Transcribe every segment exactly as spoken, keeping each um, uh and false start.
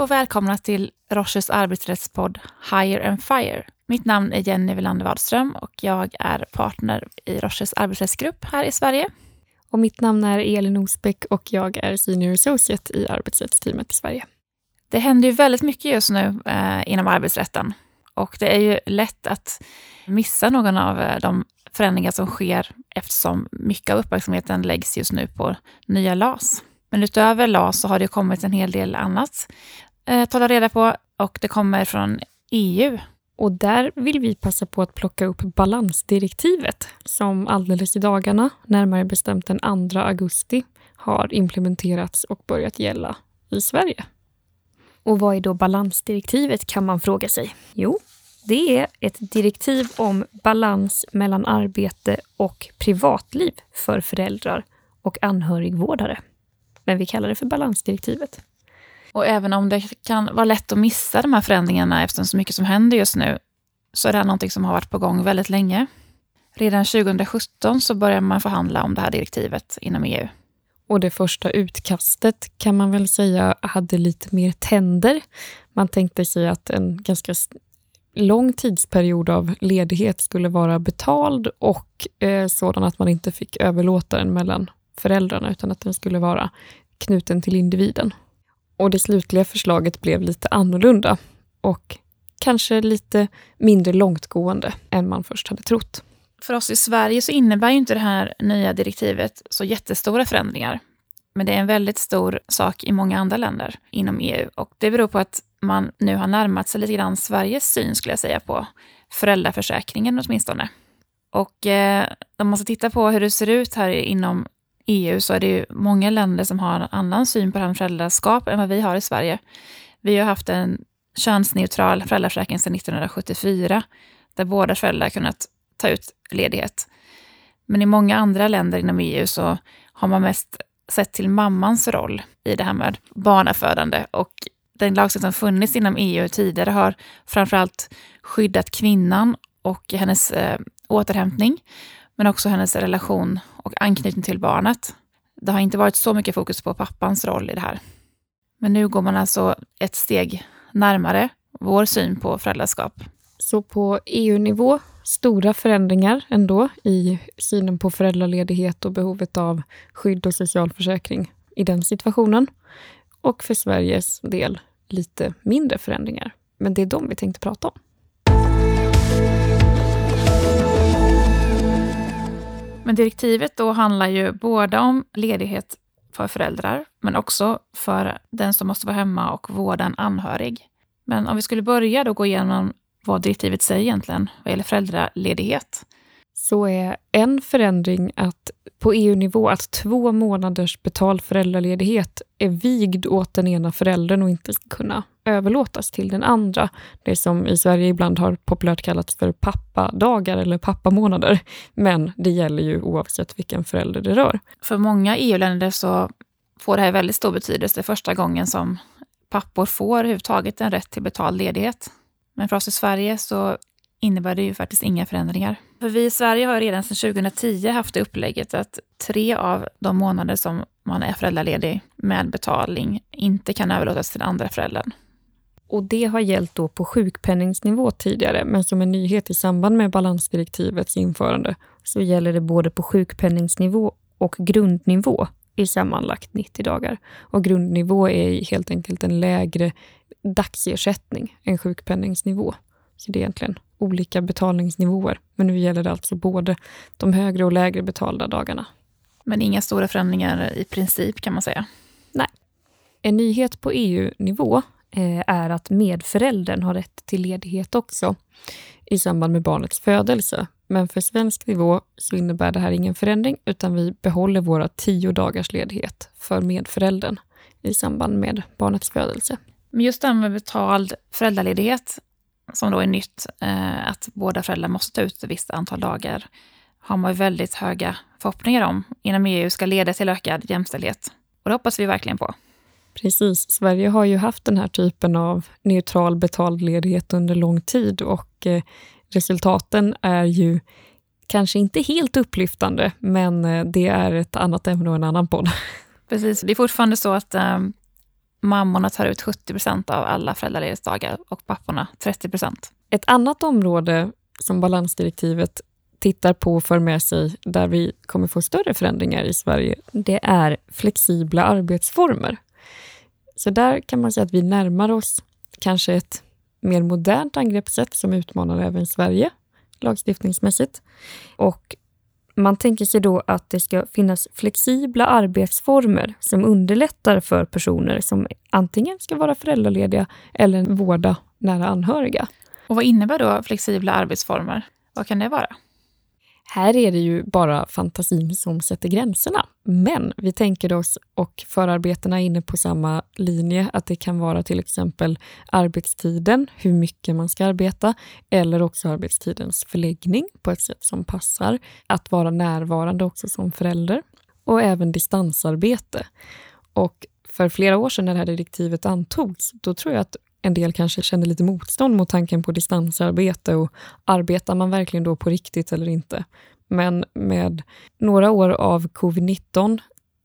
och välkomna till Roches arbetsrättspodd Hire and Fire. Mitt namn är Jenny Wilander Wadström och jag är partner i Roches arbetsrättsgrupp här i Sverige. Och mitt namn är Elin Osbeck och jag är senior associate i arbetsrättsteamet i Sverige. Det händer ju väldigt mycket just nu eh, inom arbetsrätten och det är ju lätt att missa någon av de förändringar som sker eftersom mycket av uppmärksamheten läggs just nu på nya L A S. Men utöver L A S så har det kommit en hel del annat att ta reda på och det kommer från E U. Och där vill vi passa på att plocka upp balansdirektivet som alldeles i dagarna, närmare bestämt den andra augusti, har implementerats och börjat gälla i Sverige. Och vad är då balansdirektivet kan man fråga sig? Jo, det är ett direktiv om balans mellan arbete och privatliv för föräldrar och anhörigvårdare. Men vi kallar det för balansdirektivet. Och även om det kan vara lätt att missa de här förändringarna eftersom så mycket som händer just nu så är det här någonting som har varit på gång väldigt länge. Redan tjugohundrasjutton så började man förhandla om det här direktivet inom E U. Och det första utkastet kan man väl säga hade lite mer tänder. Man tänkte sig att en ganska lång tidsperiod av ledighet skulle vara betald och eh, sådan att man inte fick överlåta den mellan föräldrarna utan att den skulle vara knuten till individen. Och det slutliga förslaget blev lite annorlunda och kanske lite mindre långtgående än man först hade trott. För oss i Sverige så innebär ju inte det här nya direktivet så jättestora förändringar. Men det är en väldigt stor sak i många andra länder inom E U. Och det beror på att man nu har närmat sig lite grann Sveriges syn skulle jag säga på föräldraförsäkringen åtminstone. Och eh, om man ska titta på hur det ser ut här inom E U så är det ju många länder som har en annan syn på det här med föräldraskap än vad vi har i Sverige. Vi har haft en könsneutral föräldraförsäkring sedan nittonhundrasjuttiofyra där båda föräldrar kunnat ta ut ledighet. Men i många andra länder inom E U så har man mest sett till mammans roll i det här med barnafödande och den lagstiftning som funnits inom E U tidigare har framförallt skyddat kvinnan och hennes eh, återhämtning men också hennes relation och anknytning till barnet. Det har inte varit så mycket fokus på pappans roll i det här. Men nu går man alltså ett steg närmare vår syn på föräldraskap. Så på E U-nivå, stora förändringar ändå i synen på föräldraledighet och behovet av skydd och socialförsäkring i den situationen. Och för Sveriges del lite mindre förändringar. Men det är de vi tänkte prata om. Men direktivet då handlar ju både om ledighet för föräldrar men också för den som måste vara hemma och vårda en anhörig. Men om vi skulle börja då gå igenom vad direktivet säger egentligen vad gäller föräldraledighet. Så är en förändring att på E U-nivå att två månaders betald föräldraledighet är vigd åt den ena föräldern och inte ska kunna överlåtas till den andra. Det som i Sverige ibland har populärt kallats för pappadagar eller pappamånader. Men det gäller ju oavsett vilken förälder det rör. För många E U-länder så får det här väldigt stor betydelse första gången som pappor får överhuvudtaget en rätt till betald ledighet. Men för oss i Sverige så innebär det ju faktiskt inga förändringar. För vi i Sverige har redan sedan tjugohundratio haft det upplägget att tre av de månader som man är föräldraledig med betalning inte kan överlåtas till andra föräldern. Och det har gällt då på sjukpenningsnivå tidigare, men som en nyhet i samband med balansdirektivets införande så gäller det både på sjukpenningsnivå och grundnivå i sammanlagt nittio dagar. Och grundnivå är helt enkelt en lägre dagsersättning än sjukpenningsnivå. Så det är egentligen olika betalningsnivåer. Men nu gäller det alltså både de högre och lägre betalda dagarna. Men inga stora förändringar i princip kan man säga. Nej. En nyhet på E U-nivå eh, är att medföräldern har rätt till ledighet också i samband med barnets födelse. Men för svensk nivå så innebär det här ingen förändring utan vi behåller våra tio dagars ledighet för medföräldern i samband med barnets födelse. Men just det här med betald föräldraledighet som då är nytt, eh, att båda föräldrar måste ta ut ett visst antal dagar, har man ju väldigt höga förhoppningar om inom E U ska leda till ökad jämställdhet. Och det hoppas vi verkligen på. Precis, Sverige har ju haft den här typen av neutral betald ledighet under lång tid och eh, resultaten är ju kanske inte helt upplyftande, men eh, det är ett annat ämne och en annan podd. Precis, det är fortfarande så att eh, mammorna tar ut sjuttio procent av alla föräldraledighetsdagar och papporna trettio procent. Ett annat område som balansdirektivet tittar på och för med sig där vi kommer få större förändringar i Sverige, det är flexibla arbetsformer. Så där kan man säga att vi närmar oss kanske ett mer modernt angreppssätt som utmanar även Sverige lagstiftningsmässigt. Och man tänker sig då att det ska finnas flexibla arbetsformer som underlättar för personer som antingen ska vara föräldralediga eller vårda nära anhöriga. Och vad innebär då flexibla arbetsformer? Vad kan det vara? Här är det ju bara fantasin som sätter gränserna. Men vi tänker oss, och förarbetena är inne på samma linje, att det kan vara till exempel arbetstiden, hur mycket man ska arbeta, eller också arbetstidens förläggning på ett sätt som passar. Att vara närvarande också som förälder. Och även distansarbete. Och för flera år sedan när det här direktivet antogs, då tror jag att en del kanske kände lite motstånd mot tanken på distansarbete och arbetar man verkligen då på riktigt eller inte. Men med några år av covid nitton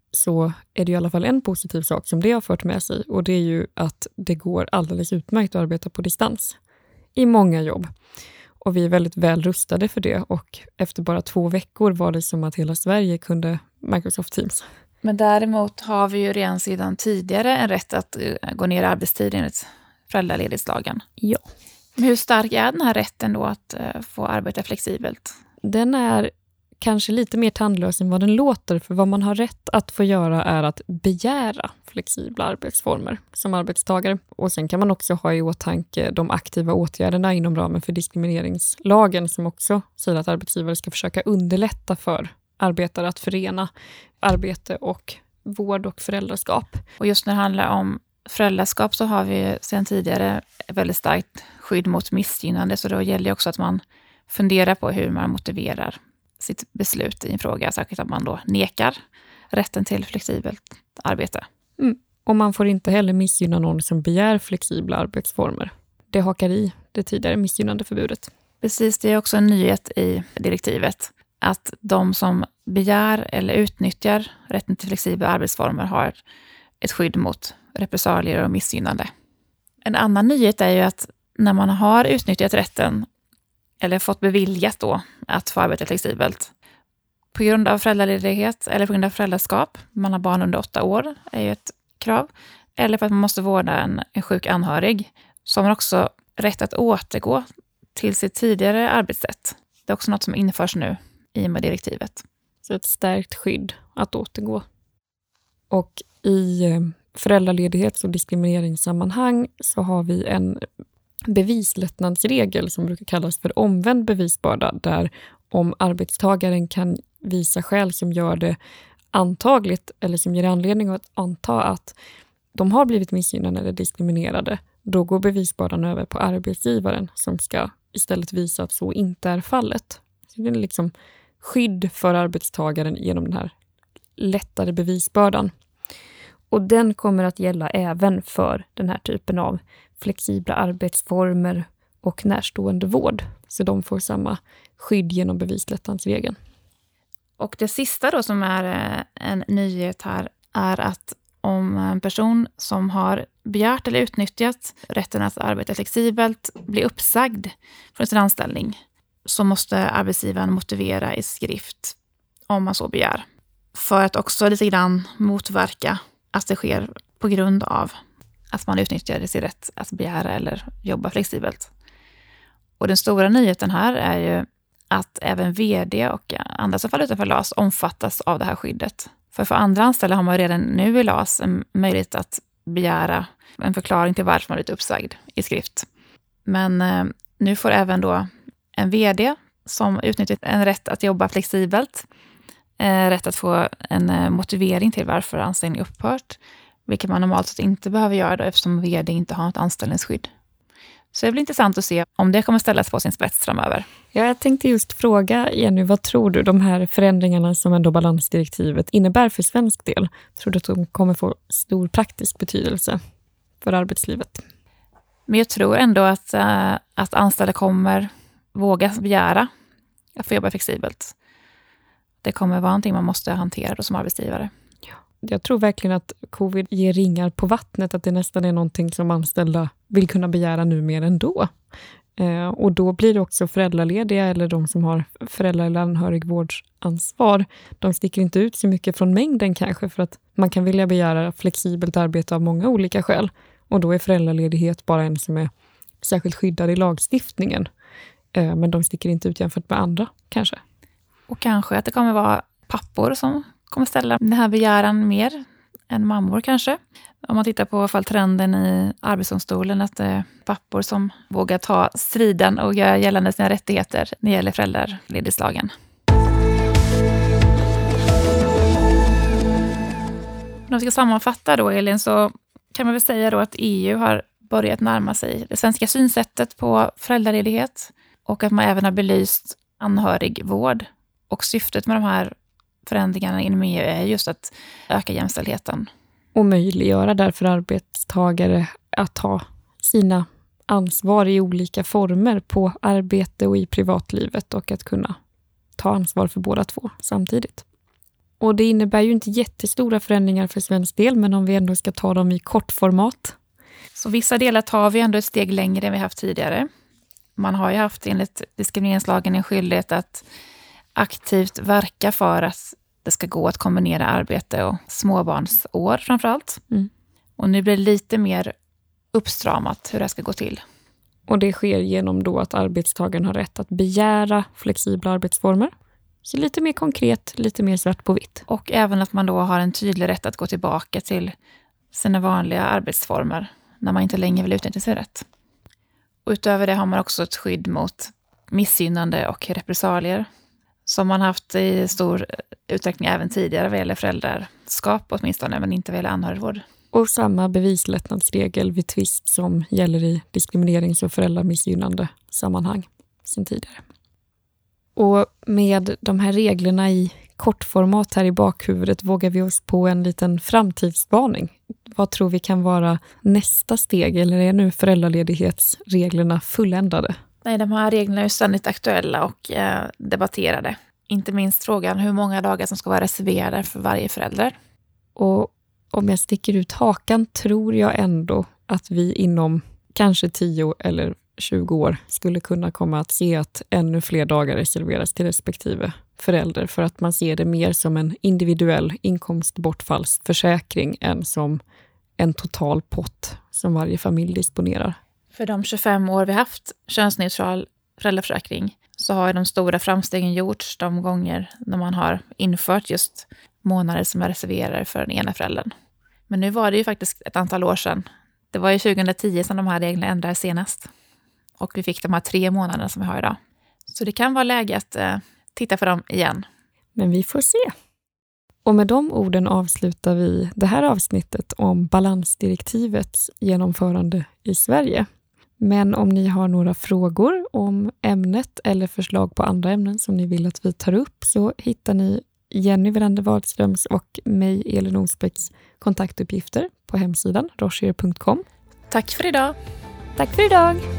så är det i alla fall en positiv sak som det har fört med sig, och det är ju att det går alldeles utmärkt att arbeta på distans i många jobb. Och vi är väldigt väl rustade för det, och efter bara två veckor var det som att hela Sverige kunde Microsoft Teams. Men däremot har vi ju redan sedan tidigare en rätt att gå ner i arbetstid enligt föräldraledighetslagen. Ja. Men hur stark är den här rätten då att uh, få arbeta flexibelt? Den är kanske lite mer tandlös än vad den låter, för vad man har rätt att få göra är att begära flexibla arbetsformer som arbetstagare. Och sen kan man också ha i åtanke de aktiva åtgärderna inom ramen för diskrimineringslagen som också säger att arbetsgivare ska försöka underlätta för arbetare att förena arbete och vård och föräldraskap. Och just när det handlar om föräldraskap så har vi sedan tidigare ett väldigt starkt skydd mot missgynnande, så då gäller det också att man funderar på hur man motiverar sitt beslut i en fråga, särskilt att man då nekar rätten till flexibelt arbete. Mm. Och man får inte heller missgynna någon som begär flexibla arbetsformer. Det hakar i det tidigare missgynnande förbudet. Precis, det är också en nyhet i direktivet att de som begär eller utnyttjar rätten till flexibla arbetsformer har ett skydd mot repressalier och missgynnande. En annan nyhet är ju att när man har utnyttjat rätten eller fått beviljat då att få arbeta flexibelt på grund av föräldraledighet eller på grund av föräldraskap, man har barn under åtta år är ju ett krav, eller för att man måste vårda en, en sjuk anhörig, så har man också rätt att återgå till sitt tidigare arbetssätt. Det är också något som införs nu i och med direktivet. Så ett stärkt skydd att återgå. Och i föräldraledighets- och diskrimineringssammanhang så har vi en bevislättnadsregel som brukar kallas för omvänd bevisbörda, där om arbetstagaren kan visa skäl som gör det antagligt eller som ger anledning att anta att de har blivit missgynnade eller diskriminerade, då går bevisbördan över på arbetsgivaren som ska istället visa att så inte är fallet. Så det är liksom skydd för arbetstagaren genom den här lättare bevisbördan. Och den kommer att gälla även för den här typen av flexibla arbetsformer och närstående vård. Så de får samma skydd genom bevislättnadsregeln. Och det sista då som är en nyhet här är att om en person som har begärt eller utnyttjat rätten att arbeta flexibelt blir uppsagd från sin anställning, så måste arbetsgivaren motivera i skrift om man så begär. För att också lite grann motverka att det sker på grund av att man utnyttjar sin rätt att begära eller jobba flexibelt. Och den stora nyheten här är ju att även vd och andra som faller utanför L A S omfattas av det här skyddet. För för andra anställda har man redan nu i L A S en möjlighet att begära en förklaring till varför man blivit uppsagd i skrift. Men eh, nu får även då en vd som utnyttjat en rätt att jobba flexibelt eh, rätt att få en eh, motivering till varför anställningen upphört, vilket man normalt sett inte behöver göra då, eftersom vd inte har något anställningsskydd. Så det blir intressant att se om det kommer ställas på sin spets framöver. Ja, jag tänkte just fråga Jenny, vad tror du de här förändringarna som ändå balansdirektivet innebär för svensk del? Tror du att de kommer få stor praktisk betydelse för arbetslivet? Men jag tror ändå att, äh, att anställda kommer våga begära att få jobba flexibelt. Det kommer vara någonting man måste hantera då som arbetsgivare. Ja. jag tror verkligen att covid ger ringar på vattnet, att det nästan är någonting som anställda vill kunna begära nu mer ändå. Eh, och då blir det också föräldralediga eller de som har föräldrar- eller anhörigvårdsansvar. De sticker inte ut så mycket från mängden kanske, för att man kan vilja begära flexibelt arbete av många olika skäl. Och då är föräldraledighet bara en som är särskilt skyddad i lagstiftningen. Eh, men de sticker inte ut jämfört med andra kanske. Och kanske att det kommer vara pappor som kommer ställa den här begäran mer än mammor kanske. Om man tittar på fall trenden i Arbetsdomstolen, att det är pappor som vågar ta striden och göra gällande sina rättigheter när det gäller föräldraledighetslagen. Om vi ska sammanfatta då, Elin, så kan man väl säga då att E U har börjat närma sig det svenska synsättet på föräldraledighet och att man även har belyst anhörigvård. Och syftet med de här förändringarna inom E U är just att öka jämställdheten. Och möjliggöra därför arbetstagare att ta sina ansvar i olika former på arbete och i privatlivet och att kunna ta ansvar för båda två samtidigt. Och det innebär ju inte jättestora förändringar för svensk del, men om vi ändå ska ta dem i kortformat. Så vissa delar tar vi ändå ett steg längre än vi haft tidigare. Man har ju haft enligt diskrimineringslagen en skyldighet att aktivt verka för att det ska gå att kombinera arbete och småbarnsår framförallt. Mm. Och nu blir det lite mer uppstramat hur det ska gå till. Och det sker genom då att arbetstagaren har rätt att begära flexibla arbetsformer. Så lite mer konkret, lite mer svart på vitt. Och även att man då har en tydlig rätt att gå tillbaka till sina vanliga arbetsformer när man inte längre vill utnyttja sin rätt. Och utöver det har man också ett skydd mot missgynnande och repressalier som man haft i stor utsträckning även tidigare vad gäller föräldraskap åtminstone, men inte vad gäller anhörigvård. Och samma bevislättnadsregel vid tvist som gäller i diskriminerings- och föräldramissgynnande sammanhang sedan tidigare. Och med de här reglerna i kortformat här i bakhuvudet vågar vi oss på en liten framtidsspaning. Vad tror vi kan vara nästa steg, eller är nu föräldraledighetsreglerna fulländade? Nej, de här reglerna är ju ständigt aktuella och eh, debatterade. Inte minst frågan hur många dagar som ska vara reserverade för varje förälder. Och om jag sticker ut hakan tror jag ändå att vi inom kanske tio eller tjugo år skulle kunna komma att se att ännu fler dagar reserveras till respektive förälder, för att man ser det mer som en individuell inkomstbortfallsförsäkring än som en total pott som varje familj disponerar. För de tjugofem år vi haft könsneutral föräldraförsäkring så har de stora framstegen gjorts de gånger när man har infört just månader som är reserverade för den ena föräldern. Men nu var det ju faktiskt ett antal år sedan. Det var ju tjugohundratio som de här reglerna ändrades senast. Och vi fick de här tre månaderna som vi har idag. Så det kan vara läge att eh, titta på dem igen. Men vi får se. Och med de orden avslutar vi det här avsnittet om balansdirektivets genomförande i Sverige. Men om ni har några frågor om ämnet eller förslag på andra ämnen som ni vill att vi tar upp så hittar ni Jenny Welander Wadströms och mig, Elin Osbecks, kontaktuppgifter på hemsidan rocher punkt com. Tack för idag. Tack för idag.